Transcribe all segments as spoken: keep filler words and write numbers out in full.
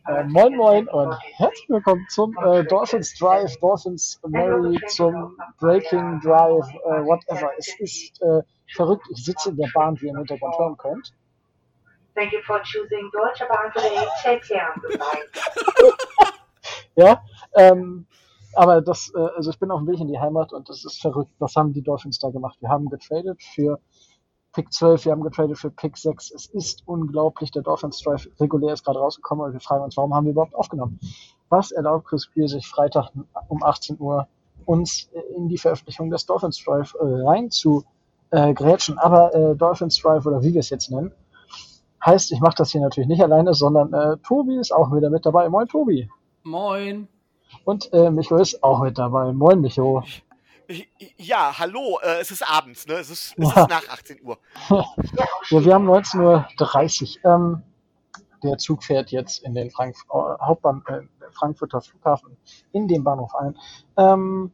Äh, moin Moin und herzlich willkommen zum äh, Dolphins Drive, Dolphins Mary, zum Breaking Drive, äh, whatever. Es ist äh, verrückt, ich sitze in der Bahn, wie ihr im Hintergrund hören könnt. Thank you for choosing Deutsche Bahn today. Take care. Goodbye. Ja, ähm, aber das, äh, also ich bin auf dem Weg in die Heimat und das ist verrückt. Was haben die Dolphins da gemacht? Wir haben getradet für Pick zwölf, wir haben getradet für Pick sechs. Es ist unglaublich, der Dolphins Drive regulär ist gerade rausgekommen und wir fragen uns, warum haben wir überhaupt aufgenommen? Was erlaubt Chris Greer sich Freitag um achtzehn Uhr uns in die Veröffentlichung des Dolphins Drive rein zu äh, grätschen? Aber äh, Dolphins Drive, oder wie wir es jetzt nennen, heißt, ich mache das hier natürlich nicht alleine, sondern äh, Tobi ist auch wieder mit dabei. Moin Tobi. Moin. Und äh, Micho ist auch mit dabei. Moin Micho. Ja, hallo, äh, es ist abends, ne? Es ist, es Ja. ist nach achtzehn Uhr. Ja, wir haben neunzehn Uhr dreißig. Ähm, der Zug fährt jetzt in den Frank äh, Hauptbahn, äh, Frankfurter Flughafen in den Bahnhof ein. Ähm,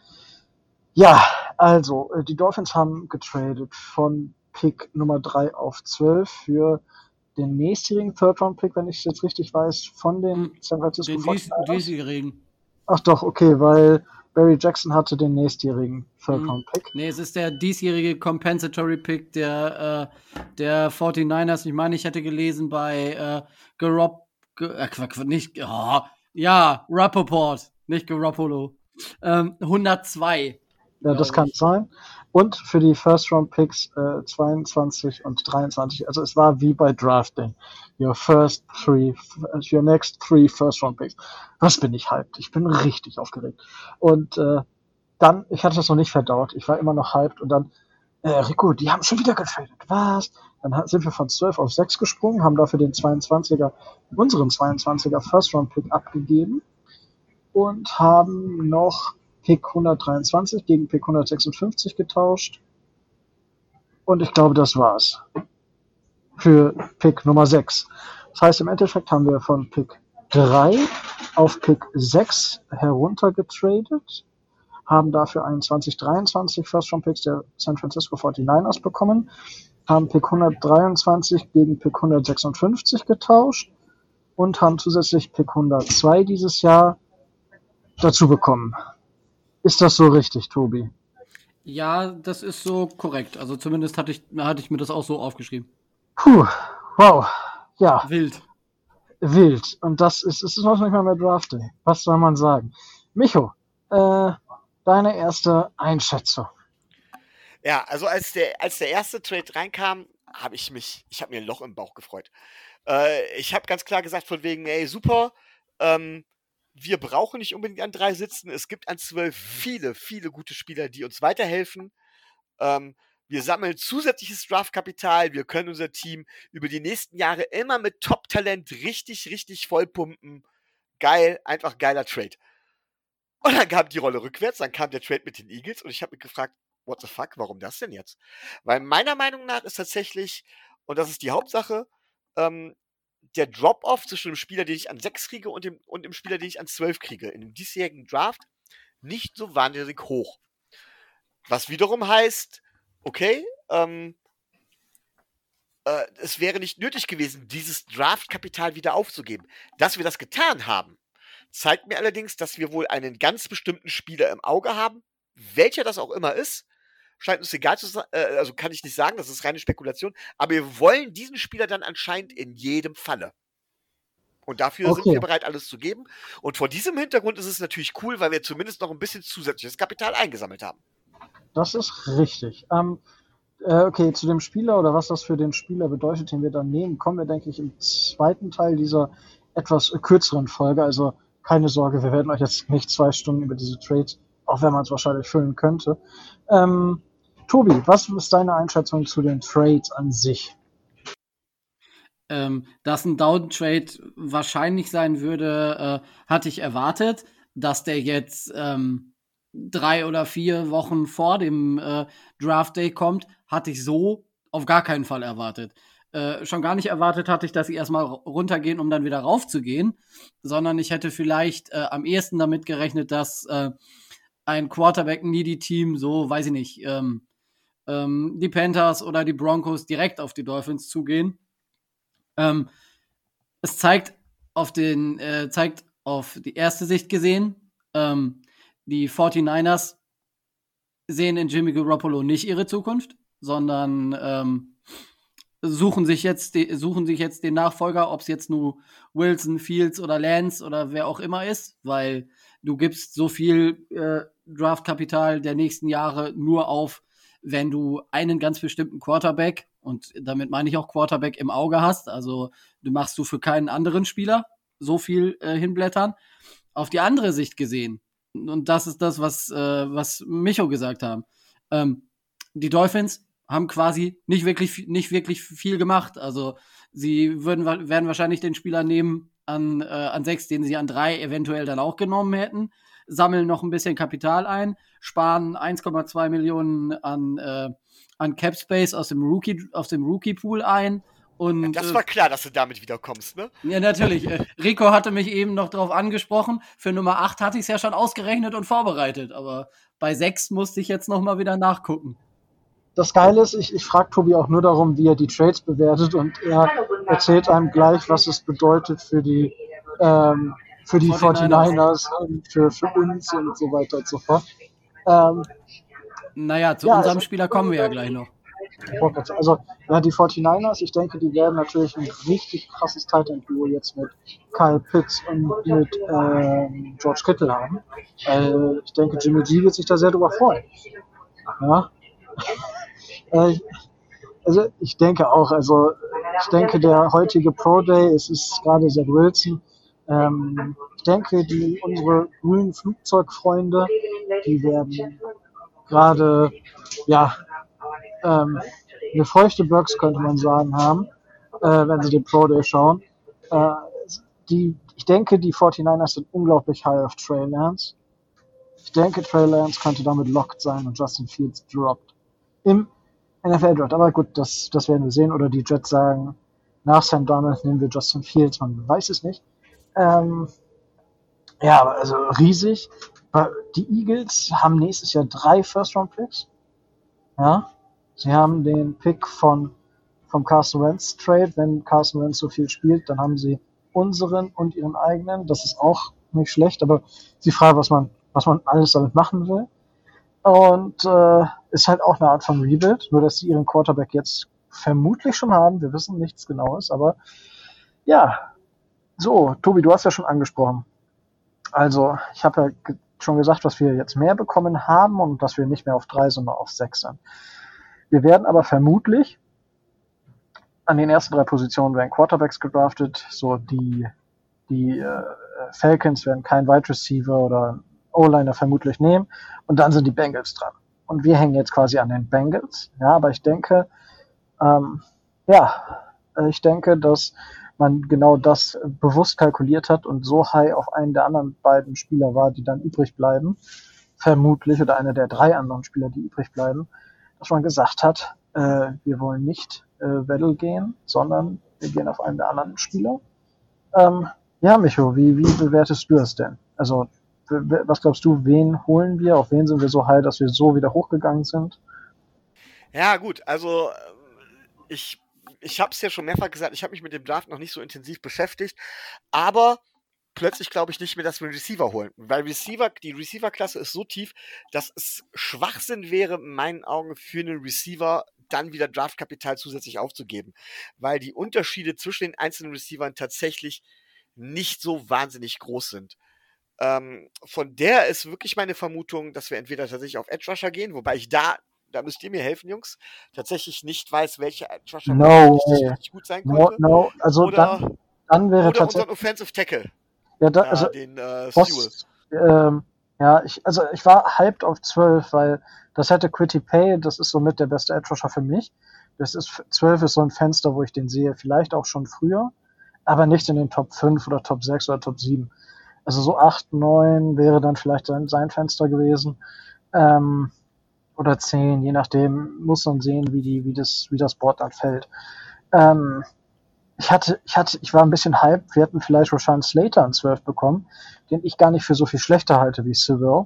ja, also, äh, die Dolphins haben getradet von Pick Nummer drei auf zwölf für den nächstjährigen Third-Round-Pick, wenn ich es jetzt richtig weiß, von den San Francisco Den dies, forty-niners. diesjährigen. Ach doch, okay, weil Barry Jackson hatte den nächstjährigen Third-Round-Pick. Nee, es ist der diesjährige Compensatory Pick der, äh, der forty-niners. Ich meine, ich hätte gelesen bei äh, Garopp, Ge- äh, Quack, nicht, oh, ja, Rappaport, nicht Garoppolo. Ähm, hundertzwei. Ja, das kann ich. sein. Und für die First-Round-Picks äh, zweiundzwanzig und dreiundzwanzig. Also es war wie bei Drafting. Your first three, your next three First-Round-Picks. Was bin ich hyped? Ich bin richtig aufgeregt. Und äh, dann, ich hatte das noch nicht verdaut. Ich war immer noch hyped. Und dann, äh, Rico, die haben schon wieder getradet. Was? Dann sind wir von zwölf auf sechs gesprungen, haben dafür den zweiundzwanziger, unseren zweiundzwanziger First-Round-Pick abgegeben und haben noch Pick hundertdreiundzwanzig gegen Pick hundertsechsundfünfzig getauscht. Und ich glaube, das war's. Für Pick Nummer sechs. Das heißt, im Endeffekt haben wir von Pick drei auf Pick sechs heruntergetradet, haben dafür einen zwanzig dreiundzwanzig First Round Picks der San Francisco forty-niners bekommen, haben Pick hundertdreiundzwanzig gegen Pick hundertsechsundfünfzig getauscht und haben zusätzlich Pick hundertzwei dieses Jahr dazu bekommen. Ist das so richtig, Tobi? Ja, das ist so korrekt. Also zumindest hatte ich, hatte ich mir das auch so aufgeschrieben. Puh, wow, ja, Wild. wild. Und das ist, es ist noch nicht mal mehr Draft Day. Was soll man sagen? Micho, äh, deine erste Einschätzung. Ja, also als der, als der erste Trade reinkam, habe ich mich, ich habe mir ein Loch im Bauch gefreut. Äh, ich habe ganz klar gesagt von wegen, ey, super, ähm, wir brauchen nicht unbedingt an drei sitzen. Es gibt an zwölf viele, viele gute Spieler, die uns weiterhelfen. Ähm, wir sammeln zusätzliches Draftkapital. Wir können unser Team über die nächsten Jahre immer mit Top-Talent richtig, richtig vollpumpen. Geil, einfach geiler Trade. Und dann kam die Rolle rückwärts, dann kam der Trade mit den Eagles und ich habe mich gefragt, what the fuck, warum das denn jetzt? Weil meiner Meinung nach ist tatsächlich, und das ist die Hauptsache, ähm, der Drop-Off zwischen dem Spieler, den ich an sechs kriege und dem, und dem Spieler, den ich an zwölf kriege, in dem diesjährigen Draft nicht so wahnsinnig hoch. Was wiederum heißt, okay, ähm, äh, es wäre nicht nötig gewesen, dieses Draftkapital wieder aufzugeben. Dass wir das getan haben, zeigt mir allerdings, dass wir wohl einen ganz bestimmten Spieler im Auge haben, welcher das auch immer ist. Scheint uns egal zu sein, äh, also kann ich nicht sagen, das ist reine Spekulation, aber wir wollen diesen Spieler dann anscheinend in jedem Falle. Und dafür Okay. sind wir bereit, alles zu geben. Und vor diesem Hintergrund ist es natürlich cool, weil wir zumindest noch ein bisschen zusätzliches Kapital eingesammelt haben. Das ist richtig. Ähm, äh, okay, zu dem Spieler oder was das für den Spieler bedeutet, den wir dann nehmen, kommen wir, denke ich, im zweiten Teil dieser etwas kürzeren Folge. Also keine Sorge, wir werden euch jetzt nicht zwei Stunden über diese Trades, auch wenn man es wahrscheinlich füllen könnte. Ähm, Tobi, was ist deine Einschätzung zu den Trades an sich? Ähm, dass ein Down-Trade wahrscheinlich sein würde, äh, hatte ich erwartet. Dass der jetzt ähm, drei oder vier Wochen vor dem äh, Draft Day kommt, hatte ich so auf gar keinen Fall erwartet. Äh, schon gar nicht erwartet hatte ich, dass sie erstmal runtergehen, um dann wieder raufzugehen, sondern ich hätte vielleicht äh, am ehesten damit gerechnet, dass äh, ein Quarterback-Needy-Team, so, weiß ich nicht, ähm, ähm, die Panthers oder die Broncos direkt auf die Dolphins zugehen. Ähm, es zeigt auf den, äh, zeigt auf die erste Sicht gesehen, ähm, die forty-niners sehen in Jimmy Garoppolo nicht ihre Zukunft, sondern ähm, suchen sich jetzt die, suchen sich jetzt den Nachfolger, ob es jetzt nur Wilson, Fields oder Lance oder wer auch immer ist, weil du gibst so viel äh, Draftkapital der nächsten Jahre nur auf, wenn du einen ganz bestimmten Quarterback, und damit meine ich auch Quarterback, im Auge hast. Also du machst du für keinen anderen Spieler so viel äh, hinblättern. Auf die andere Sicht gesehen, und das ist das, was, äh, was Micho gesagt haben, ähm, die Dolphins haben quasi nicht wirklich, nicht wirklich viel gemacht. Also sie würden, werden wahrscheinlich den Spieler nehmen an, äh, an sechs, den sie an drei eventuell dann auch genommen hätten, sammeln noch ein bisschen Kapital ein, sparen eins Komma zwei Millionen an, äh, an Cap Space aus dem Rookie, aus dem Rookie-Pool ein. Und, das war klar, dass du damit wiederkommst, ne? Ja, natürlich. Äh, Rico hatte mich eben noch drauf angesprochen. Für Nummer acht hatte ich es ja schon ausgerechnet und vorbereitet. Aber bei sechs musste ich jetzt noch mal wieder nachgucken. Das Geile ist, ich, ich frage Tobi auch nur darum, wie er die Trades bewertet, und er erzählt einem gleich, was es bedeutet für die ähm, für die forty-niners und für, für uns und so weiter und so fort. Ähm, naja, zu ja, unserem also, Spieler kommen wir ja gleich noch. Also, ja, die forty-niners, ich denke, die werden natürlich ein richtig krasses Tight-End-Duo jetzt mit Kyle Pitts und mit ähm, George Kittle haben. Äh, ich denke, Jimmy G wird sich da sehr drüber freuen. Ja. äh, also, ich denke auch, also, ich denke, der heutige Pro Day, es ist gerade Zach Wilson. Ähm, ich denke, die, unsere grünen Flugzeugfreunde, die werden gerade, ja, ähm, eine feuchte Box, könnte man sagen, haben, äh, wenn sie den Pro Day schauen. Äh, die, ich denke, die forty-niners sind unglaublich high auf Trey Lance. Ich denke, Trey Lance könnte damit locked sein und Justin Fields droppt im N F L-Draft. Aber gut, das, das werden wir sehen. Oder die Jets sagen, nach Sam Darnold nehmen wir Justin Fields, man weiß es nicht. Ähm, ja, also riesig. Die Eagles haben nächstes Jahr drei First-Round-Picks. Ja, sie haben den Pick von vom Carson Wentz Trade. Wenn Carson Wentz so viel spielt, dann haben sie unseren und ihren eigenen. Das ist auch nicht schlecht, aber sie fragen, was man, was man alles damit machen will. Und äh, ist halt auch eine Art von Rebuild, nur dass sie ihren Quarterback jetzt vermutlich schon haben. Wir wissen nichts Genaues, aber ja. So, Tobi, du hast ja schon angesprochen. Also, ich habe ja ge- schon gesagt, dass wir jetzt mehr bekommen haben und dass wir nicht mehr auf drei, sondern auf sechs sind. Wir werden aber vermutlich an den ersten drei Positionen werden Quarterbacks gedraftet. So die, die äh, Falcons werden keinen Wide Receiver oder O-Liner vermutlich nehmen. Und dann sind die Bengals dran. Und wir hängen jetzt quasi an den Bengals. Ja, aber ich denke, ähm, ja, ich denke, dass man genau das bewusst kalkuliert hat und so high auf einen der anderen beiden Spieler war, die dann übrig bleiben, vermutlich, oder einer der drei anderen Spieler, die übrig bleiben, dass man gesagt hat, äh, wir wollen nicht äh, Weddle gehen, sondern wir gehen auf einen der anderen Spieler. Ähm, ja, Micho, wie, wie bewertest du das denn? Also, w- was glaubst du, wen holen wir? Auf wen sind wir so high, dass wir so wieder hochgegangen sind? Ja, gut, also ich, ich habe es ja schon mehrfach gesagt, ich habe mich mit dem Draft noch nicht so intensiv beschäftigt, aber plötzlich glaube ich nicht mehr, dass wir einen Receiver holen. Weil Receiver, die Receiver-Klasse ist so tief, dass es Schwachsinn wäre, in meinen Augen, für einen Receiver dann wieder Draftkapital zusätzlich aufzugeben. Weil die Unterschiede zwischen den einzelnen Receivern tatsächlich nicht so wahnsinnig groß sind. Ähm, von der ist wirklich meine Vermutung, dass wir entweder tatsächlich auf Edge Rusher gehen, wobei ich da, da müsst ihr mir helfen, Jungs, tatsächlich nicht weiß, welcher Edge Rusher No richtig, way. richtig gut sein No, könnte. no, also Oder, dann, dann wäre oder unseren tatsächlich, Offensive Tackle, ja, da, äh, also den äh, Sewell. Boss, ähm, ja, ich, also ich war hyped auf zwölf, weil das hätte Quitty Pay, das ist somit der beste Edge Rusher für mich. Das ist, zwölf ist so ein Fenster, wo ich den sehe, vielleicht auch schon früher, aber nicht in den Top fünf oder Top sechs oder Top sieben. Also so acht, neun wäre dann vielleicht sein, sein Fenster gewesen. Ähm, oder zehn, je nachdem, muss man sehen, wie die, wie das, wie das Board dann fällt. Ähm, ich hatte, ich hatte, ich war ein bisschen hyped, wir hätten vielleicht Rashawn Slater an zwölf bekommen, den ich gar nicht für so viel schlechter halte wie Sewell.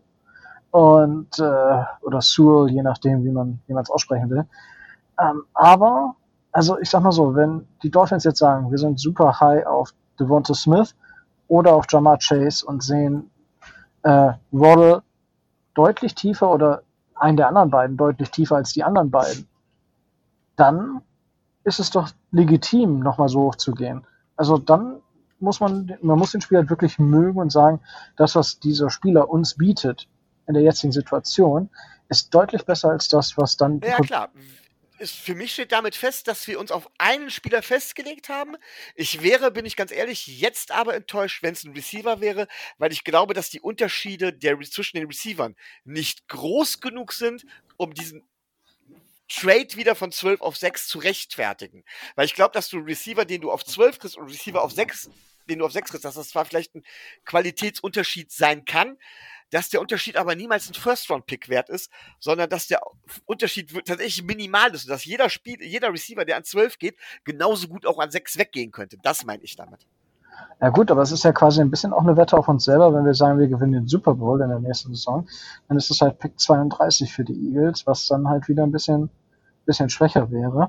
Und, äh, oder Sewell, je nachdem, wie man, wie man es aussprechen will. Ähm, aber, also ich sag mal so, wenn die Dolphins jetzt sagen, wir sind super high auf Devonta Smith oder auch Ja'Marr Chase und sehen äh, Waddle deutlich tiefer oder einen der anderen beiden deutlich tiefer als die anderen beiden, dann ist es doch legitim, nochmal so hoch zu gehen. Also dann muss man, man muss den Spieler wirklich mögen und sagen, das, was dieser Spieler uns bietet in der jetzigen Situation, ist deutlich besser als das, was dann... Ja, klar. Ist, für mich steht damit fest, dass wir uns auf einen Spieler festgelegt haben. Ich wäre, bin ich ganz ehrlich, jetzt aber enttäuscht, wenn es ein Receiver wäre, weil ich glaube, dass die Unterschiede der, zwischen den Receivern nicht groß genug sind, um diesen Trade wieder von zwölf auf sechs zu rechtfertigen. Weil ich glaube, dass du einen Receiver, den du auf zwölf kriegst und einen Receiver auf sechs, den du auf sechs kriegst, dass das zwar vielleicht ein Qualitätsunterschied sein kann, dass der Unterschied aber niemals ein First-Round-Pick wert ist, sondern dass der Unterschied tatsächlich minimal ist und dass jeder Spiel, jeder Receiver, der an zwölf geht, genauso gut auch an sechs weggehen könnte. Das meine ich damit. Ja gut, aber es ist ja quasi ein bisschen auch eine Wette auf uns selber, wenn wir sagen, wir gewinnen den Super Bowl in der nächsten Saison, dann ist es halt Pick zweiunddreißig für die Eagles, was dann halt wieder ein bisschen, bisschen schwächer wäre.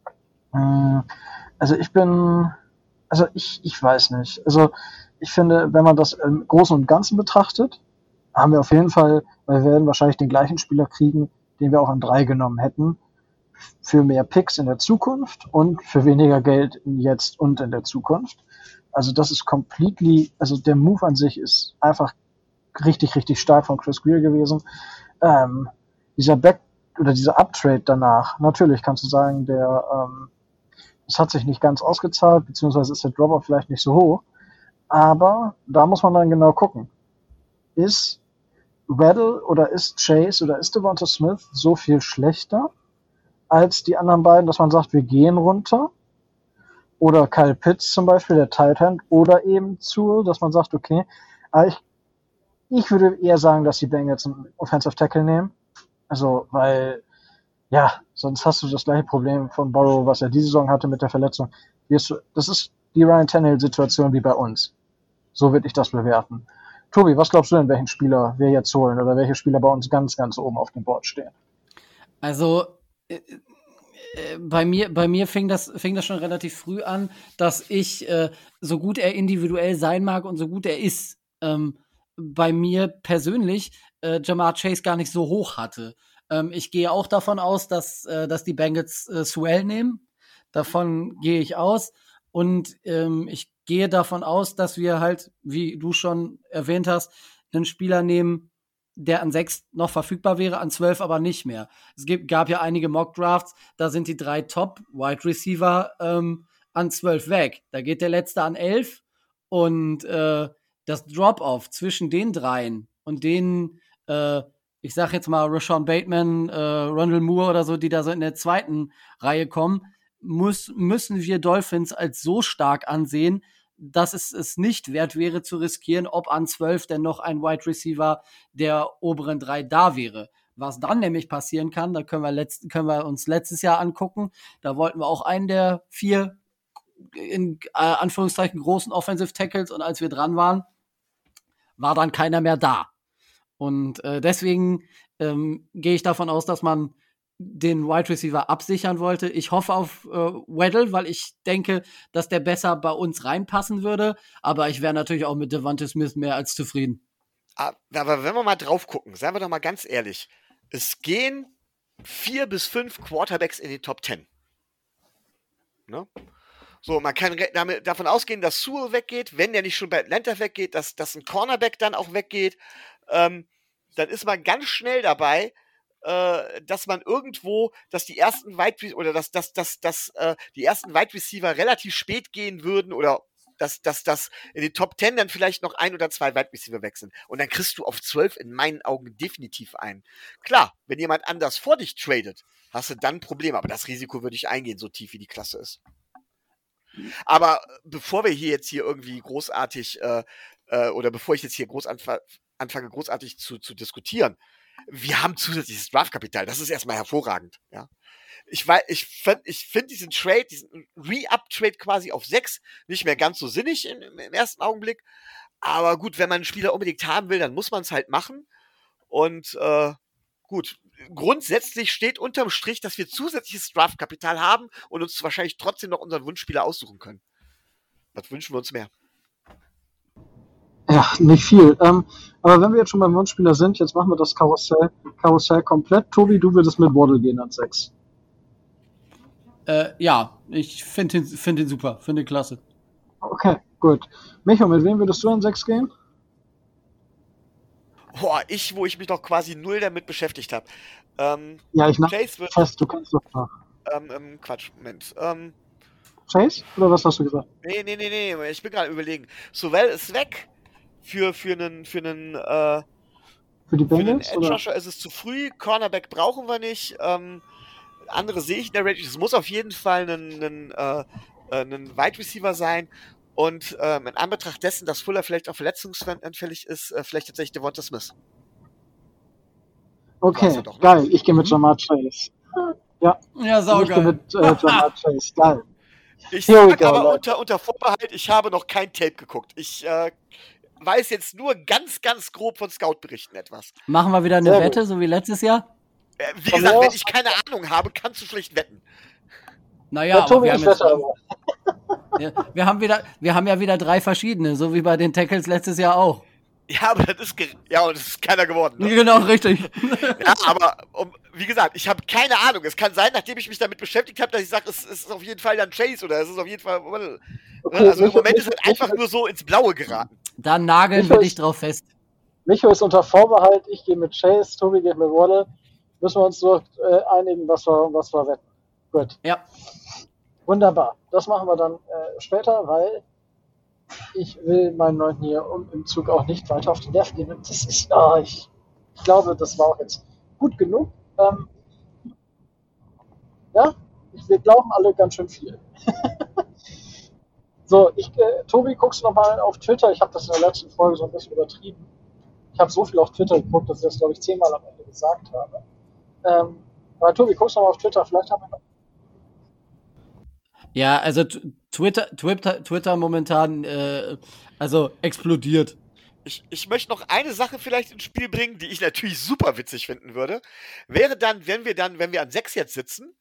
Also ich bin, also ich, ich weiß nicht. Also ich finde, wenn man das im Großen und Ganzen betrachtet, haben wir auf jeden Fall, weil wir werden wahrscheinlich den gleichen Spieler kriegen, den wir auch an drei genommen hätten, für mehr Picks in der Zukunft und für weniger Geld jetzt und in der Zukunft. Also das ist completely, also der Move an sich ist einfach richtig, richtig stark von Chris Greer gewesen. Ähm, dieser Back oder dieser Uptrade danach, natürlich kannst du sagen, der, ähm, das hat sich nicht ganz ausgezahlt, beziehungsweise ist der Drop-Off vielleicht nicht so hoch. Aber da muss man dann genau gucken. Ist Waddle oder ist Chase oder ist Devonta Smith so viel schlechter als die anderen beiden, dass man sagt, wir gehen runter? Oder Kyle Pitts zum Beispiel, der Tight End, oder eben zu, dass man sagt, okay, ich, ich würde eher sagen, dass die Bengals einen Offensive Tackle nehmen. Also, weil, ja, sonst hast du das gleiche Problem von Burrow, was er diese Saison hatte mit der Verletzung. Das ist die Ryan Tannehill-Situation wie bei uns. So würde ich das bewerten. Tobi, was glaubst du denn, welchen Spieler wir jetzt holen oder welche Spieler bei uns ganz, ganz oben auf dem Board stehen? Also, äh, äh, bei mir, bei mir fing das, fing das schon relativ früh an, dass ich, äh, so gut er individuell sein mag und so gut er ist, ähm, bei mir persönlich äh, Ja'Marr Chase gar nicht so hoch hatte. Ähm, ich gehe auch davon aus, dass, äh, dass die Bengals äh, Swell nehmen. Davon gehe ich aus. Und ähm, ich gehe davon aus, dass wir halt, wie du schon erwähnt hast, einen Spieler nehmen, der an sechs noch verfügbar wäre, an zwölf aber nicht mehr. Es gibt, gab ja einige Mock-Drafts, da sind die drei Top-Wide-Receiver ähm, an zwölf weg. Da geht der letzte an elf und äh, das Drop-Off zwischen den dreien und den, äh, ich sag jetzt mal Rashawn Bateman, äh, Rondell Moore oder so, die da so in der zweiten Reihe kommen, muss, müssen wir Dolphins als so stark ansehen, dass es es nicht wert wäre zu riskieren, ob an zwölf denn noch ein Wide Receiver der oberen drei da wäre. Was dann nämlich passieren kann, da können wir, letzt, können wir uns letztes Jahr angucken, da wollten wir auch einen der vier in äh, Anführungszeichen großen Offensive Tackles und als wir dran waren, war dann keiner mehr da. Und äh, deswegen ähm, gehe ich davon aus, dass man den Wide Receiver absichern wollte. Ich hoffe auf äh, Waddle, weil ich denke, dass der besser bei uns reinpassen würde. Aber ich wäre natürlich auch mit Devonta Smith mehr als zufrieden. Aber wenn wir mal drauf gucken, seien wir doch mal ganz ehrlich, es gehen vier bis fünf Quarterbacks in die Top Ten. Ne? So, man kann re- damit, davon ausgehen, dass Sewell weggeht, wenn der nicht schon bei Atlanta weggeht, dass, dass ein Cornerback dann auch weggeht. Ähm, dann ist man ganz schnell dabei, äh, dass man irgendwo, dass die ersten Wide oder dass, dass, dass, dass äh, die ersten Wide Receiver relativ spät gehen würden oder dass, dass, dass in den Top Ten dann vielleicht noch ein oder zwei Wide Receiver wechseln. Und dann kriegst du auf zwölf in meinen Augen definitiv einen. Klar, wenn jemand anders vor dich tradet, hast du dann ein Problem, aber das Risiko würde ich eingehen, so tief wie die Klasse ist. Aber bevor wir hier jetzt hier irgendwie großartig äh, äh, oder bevor ich jetzt hier groß anfa- anfange, großartig zu, zu diskutieren, wir haben zusätzliches Draftkapital. Das ist erstmal hervorragend. Ja. Ich, wei- ich finde ich find diesen Trade, diesen Re-Up-Trade quasi auf sechs nicht mehr ganz so sinnig im, im ersten Augenblick. Aber gut, wenn man einen Spieler unbedingt haben will, dann muss man es halt machen. Und äh, gut, grundsätzlich steht unterm Strich, dass wir zusätzliches Draftkapital haben und uns wahrscheinlich trotzdem noch unseren Wunschspieler aussuchen können. Was wünschen wir uns mehr? Nicht viel. Ähm, aber wenn wir jetzt schon beim Wunschspieler sind, jetzt machen wir das Karussell, Karussell komplett. Tobi, du würdest mit Waddle gehen an sechs. Äh, ja, ich finde ihn, find ihn super, finde ihn klasse. Okay, gut. Micho, mit wem würdest du an sechs gehen? Boah, ich, wo ich mich doch quasi null damit beschäftigt habe. Ähm, Ja, ich nehme Chase wird. fest, du kannst doch nach. Ähm, ähm, Quatsch, Moment. Ähm, Chase? Oder was hast du gesagt? nee, nee, nee, nee, ich bin gerade überlegen. Sowell ist weg. Für, für einen, für einen, äh, Für die für einen Bengals? Edge Oder? Rusher ist es zu früh. Cornerback brauchen wir nicht. Ähm, andere sehe ich in der Range. Es muss auf jeden Fall ein, ein, äh, ein Wide Receiver sein. Und ähm, in Anbetracht dessen, dass Fuller vielleicht auch verletzungsanfällig ist, äh, vielleicht tatsächlich Devonta Smith. War's Okay, ja doch, ne? geil. Ich gehe mit Mhm. Jamar Chase. Ja, Ja, ich gehe saugeil. mit äh, Jamar Chase. Geil. Ich Here we sag go, aber Leute. unter, unter Vorbehalt, ich habe noch kein Tape geguckt. Ich äh, weiß jetzt nur ganz, ganz grob von Scout-Berichten etwas. Machen wir wieder eine Sehr Wette, so wie letztes Jahr? Äh, wie Von gesagt, mir wenn aus- ich keine Ahnung habe, kannst du schlecht wetten. Naja, Ja, aber Tobi, wir ich haben, jetzt, wette aber. ja, wir, haben wieder, wir haben ja wieder drei verschiedene, so wie bei den Tackles letztes Jahr auch. Ja, aber das ist, ge- ja, und das ist keiner geworden. Ne? Genau, richtig. Ja, aber um, wie gesagt, ich habe keine Ahnung. Es kann sein, nachdem ich mich damit beschäftigt habe, dass ich sage, es, es ist auf jeden Fall dann Chase oder es ist auf jeden Fall. Ne? Okay, Also im Micho, Moment ist Micho, es einfach Micho, nur so ins Blaue geraten. Dann nageln Ich wir weiß- dich drauf fest. Micho ist unter Vorbehalt. Ich gehe mit Chase. Tobi geht mit Waddle. Müssen wir uns so äh, einigen, was wir, was wir wetten. Gut. Ja. Wunderbar. Das machen wir dann äh, später, weil ich will meinen Leuten hier um, im Zug auch nicht weiter auf die Nerven gehen. Und das ist, ah, ich, ich glaube, das war auch jetzt gut genug. Ähm, ja, ich, wir glauben alle ganz schön viel. So, ich, äh, Tobi, guckst du nochmal auf Twitter? Ich habe das in der letzten Folge so ein bisschen übertrieben. Ich habe so viel auf Twitter geguckt, dass ich das, glaube ich, zehnmal am Ende gesagt habe. Ähm, aber Tobi, guckst du nochmal auf Twitter? Vielleicht haben wir noch. Ja, also t- Twitter, Twitter, Twitter momentan, äh, also explodiert. Ich, ich möchte noch eine Sache vielleicht ins Spiel bringen, die ich natürlich super witzig finden würde. Wäre dann, wenn wir dann, wenn wir an sechs jetzt sitzen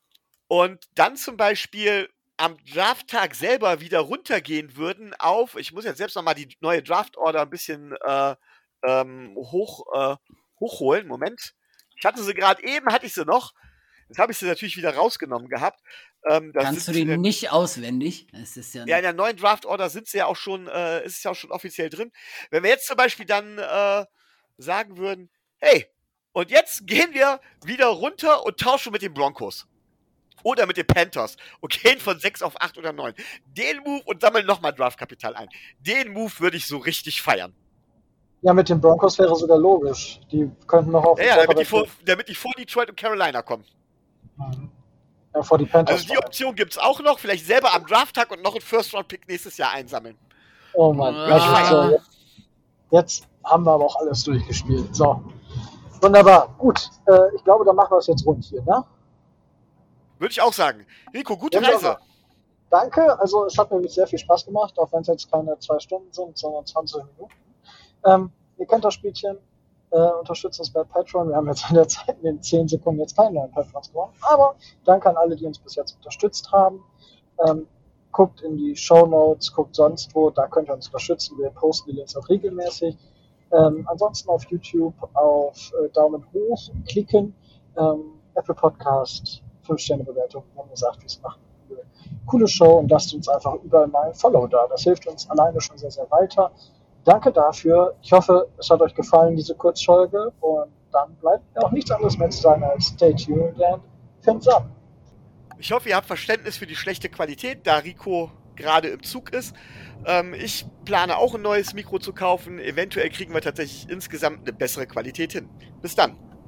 und dann zum Beispiel am Drafttag selber wieder runtergehen würden auf, ich muss jetzt selbst nochmal die neue Draft-Order ein bisschen äh, ähm, hoch, äh, hochholen. Moment. Ich hatte sie gerade eben, hatte ich sie noch. Jetzt habe ich sie natürlich wieder rausgenommen gehabt. Ähm, da Kannst du sind, die äh, nicht auswendig? Das ist ja, ja, in der neuen Draft-Order sind sie ja auch schon, äh, ist es ja auch schon offiziell drin. Wenn wir jetzt zum Beispiel dann äh, sagen würden, hey, und jetzt gehen wir wieder runter und tauschen mit den Broncos. Oder mit den Panthers und gehen von sechs auf acht oder neun. Den Move und sammeln nochmal Draftkapital ein. Den Move würde ich so richtig feiern. Ja, mit den Broncos wäre sogar logisch. Die könnten noch auf Ja, den ja, damit die, Quarterback vor, damit die vor Detroit und Carolina kommen. Mhm. Ja, vor die Panthers. Also die Option gibt es auch noch. Vielleicht selber am Drafttag und noch einen First-Round-Pick nächstes Jahr einsammeln. Oh Mann. Ah. Ja, so, jetzt, jetzt haben wir aber auch alles durchgespielt. So. Wunderbar. Gut. Äh, ich glaube, dann machen wir es jetzt rund hier, ne? Würde ich auch sagen. Nico, gute Wunderbar. Reise. Danke. Also es hat mir sehr viel Spaß gemacht, auch wenn es jetzt keine zwei Stunden sind, sondern zwanzig Minuten. Ähm, ihr kennt das Spielchen. Äh, unterstützt uns bei Patreon. Wir haben jetzt in der Zeit in den zehn Sekunden jetzt keinen neuen Patrons gewonnen. Aber danke an alle, die uns bis jetzt unterstützt haben. Ähm, guckt in die Shownotes, guckt sonst wo, da könnt ihr uns unterstützen. Wir posten die Links auch regelmäßig. Ähm, ansonsten auf YouTube auf äh, Daumen hoch klicken. Ähm, Apple Podcast, fünf Sterne Bewertung, wenn ihr sagt, wie es machen. Coole Show und lasst uns einfach überall mal ein Follow da. Das hilft uns alleine schon sehr, sehr weiter. Danke dafür. Ich hoffe, es hat euch gefallen, diese Kurzfolge. Und dann bleibt mir auch nichts anderes mehr zu sagen als stay tuned and fins up. Ich hoffe, ihr habt Verständnis für die schlechte Qualität, da Rico gerade im Zug ist. Ähm, ich plane auch ein neues Mikro zu kaufen. Eventuell kriegen wir tatsächlich insgesamt eine bessere Qualität hin. Bis dann.